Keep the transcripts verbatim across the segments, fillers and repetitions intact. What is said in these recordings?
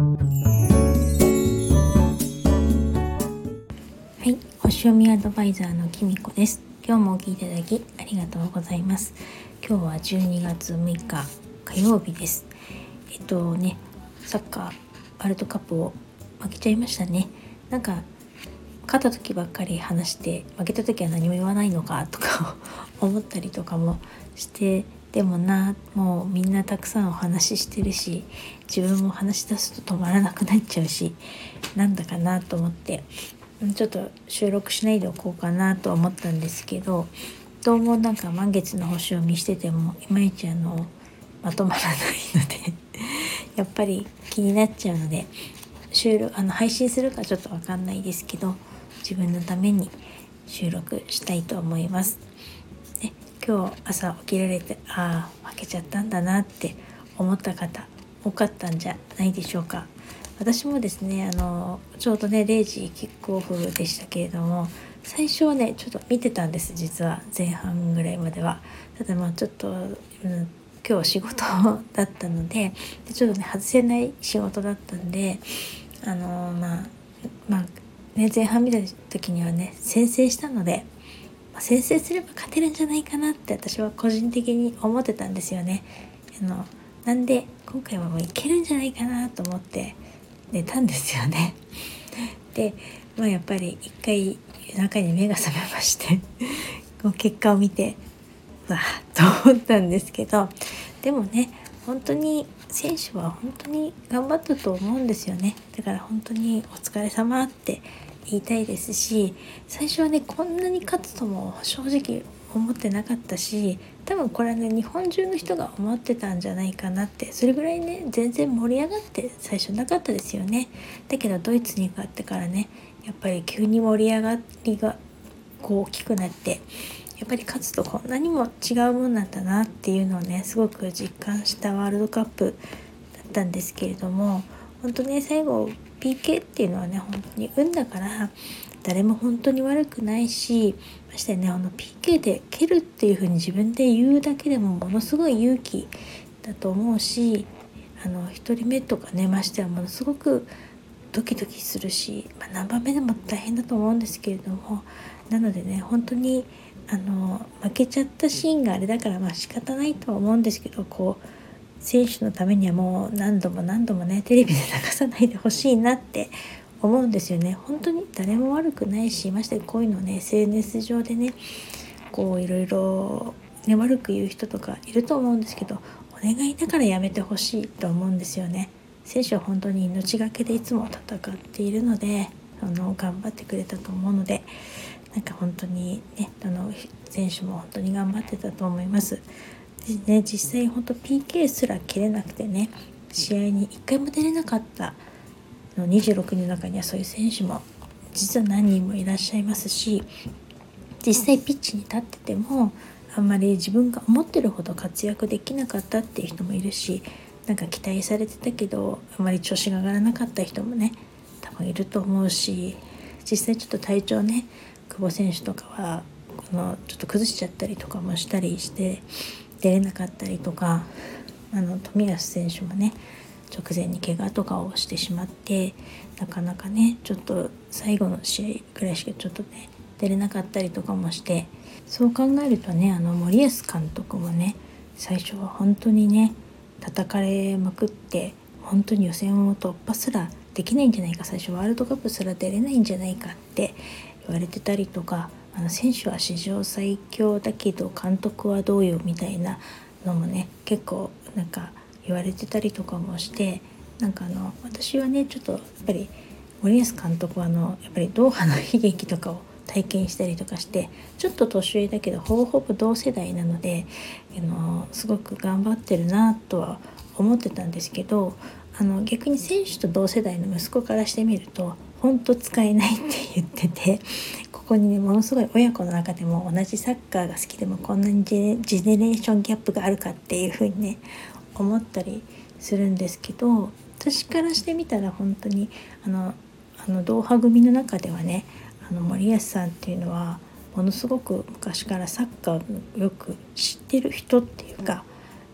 はい、星読みアドバイザーのきみこです。今日もお聞きいただきありがとうございます。今日はじゅうにがつむいか火曜日です。えっとね、サッカーワールドカップを負けちゃいましたね。なんか勝った時ばっかり話して負けた時は何も言わないのかとか思ったりとかもして、でもな、もうみんなたくさんお話ししてるし、自分も話し出すと止まらなくなっちゃうし、なんだかなと思ってちょっと収録しないでおこうかなと思ったんですけど、どうもなんか満月の星を見しててもいまいちあのまとまらないのでやっぱり気になっちゃうので、収録あの配信するかちょっとわかんないですけど、自分のために収録したいと思います。で、今日朝起きられて、ああ負けちゃったんだなって思った方多かったんじゃないでしょうか。私もですね、あのちょうどねれいじキックオフでしたけれども、最初はねちょっと見てたんです。実は前半ぐらいまでは。ただまあちょっと、うん、今日は仕事だったので、でちょっとね外せない仕事だったんで、あのまあまあね前半見た時にはね先制したので、まあ、先制すれば勝てるんじゃないかなって私は個人的に思ってたんですよね。あのなんで今回はもういけるんじゃないかなと思って寝たんですよね。で、まあ、やっぱり一回夜中に目が覚めましてこう結果を見てわーと思ったんですけど、でもね本当に選手は本当に頑張ったと思うんですよね。だから本当にお疲れ様って言いたいですし、最初はねこんなに勝つとも正直思ってなかったし、多分これはね日本中の人が思ってたんじゃないかなって。それぐらいね全然盛り上がって最初なかったですよね。だけどドイツに勝ってからねやっぱり急に盛り上がりがこう大きくなって、やっぱり勝つとこんなにも違うもんなんだなっていうのをねすごく実感したワールドカップだったんですけれども、本当ね最後 ピーケー っていうのはね本当に運だから、誰も本当に悪くないし、ましてねあの ピーケー で蹴るっていう風に自分で言うだけでもものすごい勇気だと思うし、あのひとりめとかねましてはものすごくドキドキするし、まあ、何番目でも大変だと思うんですけれども、なのでね本当にあの負けちゃったシーンがあれだからまあ仕方ないとは思うんですけど、こう選手のためにはもう何度も何度もねテレビで流さないでほしいなって思うんですよね。本当に誰も悪くないし、ましてこういうのね エスエヌエス 上でねこういろいろね悪く言う人とかいると思うんですけど、お願いだからやめてほしいと思うんですよね。選手は本当に命がけでいつも戦っているので、あの頑張ってくれたと思うので、なんか本当にねあの選手も本当に頑張ってたと思います。でね、実際本当 ピーケー すら蹴れなくてね試合にいっかいも出れなかったのにじゅうろくにんの中にはそういう選手も実は何人もいらっしゃいますし、実際ピッチに立っててもあんまり自分が思ってるほど活躍できなかったっていう人もいるし、なんか期待されてたけどあまり調子が上がらなかった人もね多分いると思うし、実際ちょっと体調ね久保選手とかはこのちょっと崩しちゃったりとかもしたりして出れなかったりとか、あの冨安選手もね直前に怪我とかをしてしまってなかなかねちょっと最後の試合くらいしかちょっとね出れなかったりとかもして、そう考えるとねあの森保監督もね最初は本当にね叩かれまくって、本当に予選を突破すらできないんじゃないか、最初ワールドカップすら出れないんじゃないかって言われてたりとか、あの選手は史上最強だけど監督はどうよみたいなのもね結構なんか言われてたりとかもして、なんかあの私はねちょっとやっぱり森保監督はあのやっぱりドーハの悲劇とかを体験したりとかして、ちょっと年上だけどほぼほぼ同世代なので、あのすごく頑張ってるなとは思ってたんですけど、あの逆に選手と同世代の息子からしてみると本当使えないって言ってて、ここにねものすごい親子の中でも同じサッカーが好きでもこんなにジェジェネレーションギャップがあるかっていう風にね思ったりするんですけど、私からしてみたら本当にあのあのドーハ組の中ではねあの森保さんっていうのはものすごく昔からサッカーをよく知ってる人っていうか、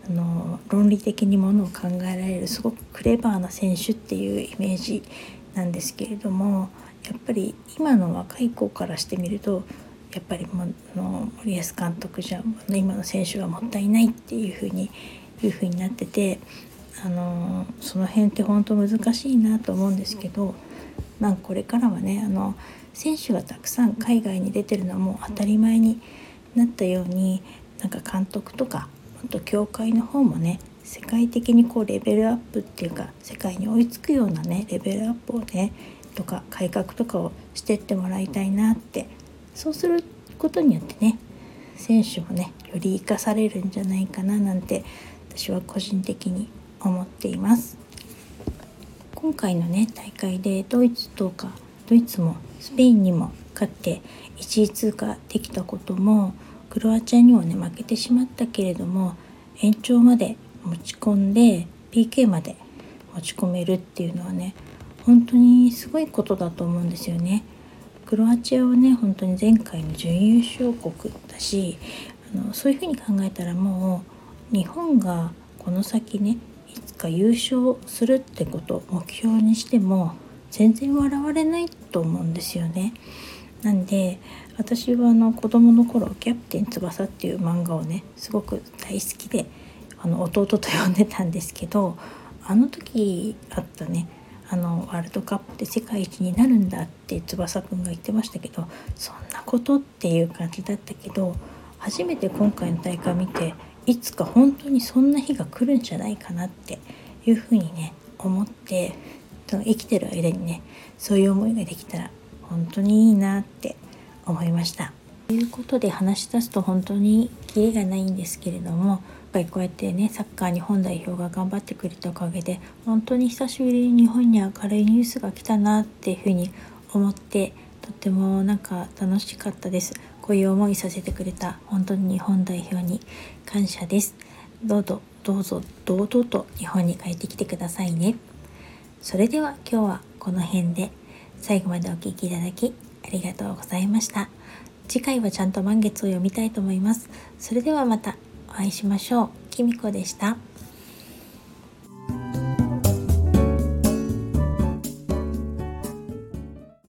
あの論理的にものを考えられるすごくクレバーな選手っていうイメージなんですけれども、やっぱり今の若い子からしてみるとやっぱりもあの森保監督じゃ今の選手がもったいないっていう風にいう風になってて、あのその辺って本当難しいなと思うんですけど、なんかこれからはねあの選手がたくさん海外に出てるのはもう当たり前になったように、なんか監督とかあと協会の方もね世界的にこうレベルアップっていうか世界に追いつくようなねレベルアップをねとか改革とかをしてってもらいたいなって、そうすることによってね選手もねより生かされるんじゃないかななんて私は個人的に思っています。今回のね大会でドイツとかドイツもスペインにも勝っていちい通過できたことも、クロアチアにもね負けてしまったけれども延長まで持ち込んで ピーケー まで持ち込めるっていうのはね本当にすごいことだと思うんですよね。クロアチアはね本当に前回の準優勝国だし、あのそういうふうに考えたらもう日本がこの先ねいつか優勝するってことを目標にしても全然笑われないと思うんですよね。なんで私はあの子供の頃キャプテン翼っていう漫画をねすごく大好きで、あの弟と呼んでたんですけど、あの時あったねあのワールドカップで世界一になるんだって翼くんが言ってましたけど、そんなことっていう感じだったけど、初めて今回の大会を見ていつか本当にそんな日が来るんじゃないかなっていうふうにね思って、生きてる間にねそういう思いができたら本当にいいなって思いました。ということで話し出すと本当にキリがないんですけれども、やっぱりこうやってねサッカー日本代表が頑張ってくれたおかげで本当に久しぶりに日本に明るいニュースが来たなっていうふうに思って、とってもなんか楽しかったです。こういう思いさせてくれた本当に日本代表に感謝です。どうぞどうぞ堂々と日本に帰ってきてくださいね。それでは今日はこの辺で、最後までお聞きいただきありがとうございました。次回はちゃんと満月を読みたいと思います。それではまたお会いしましょう。きみこでした。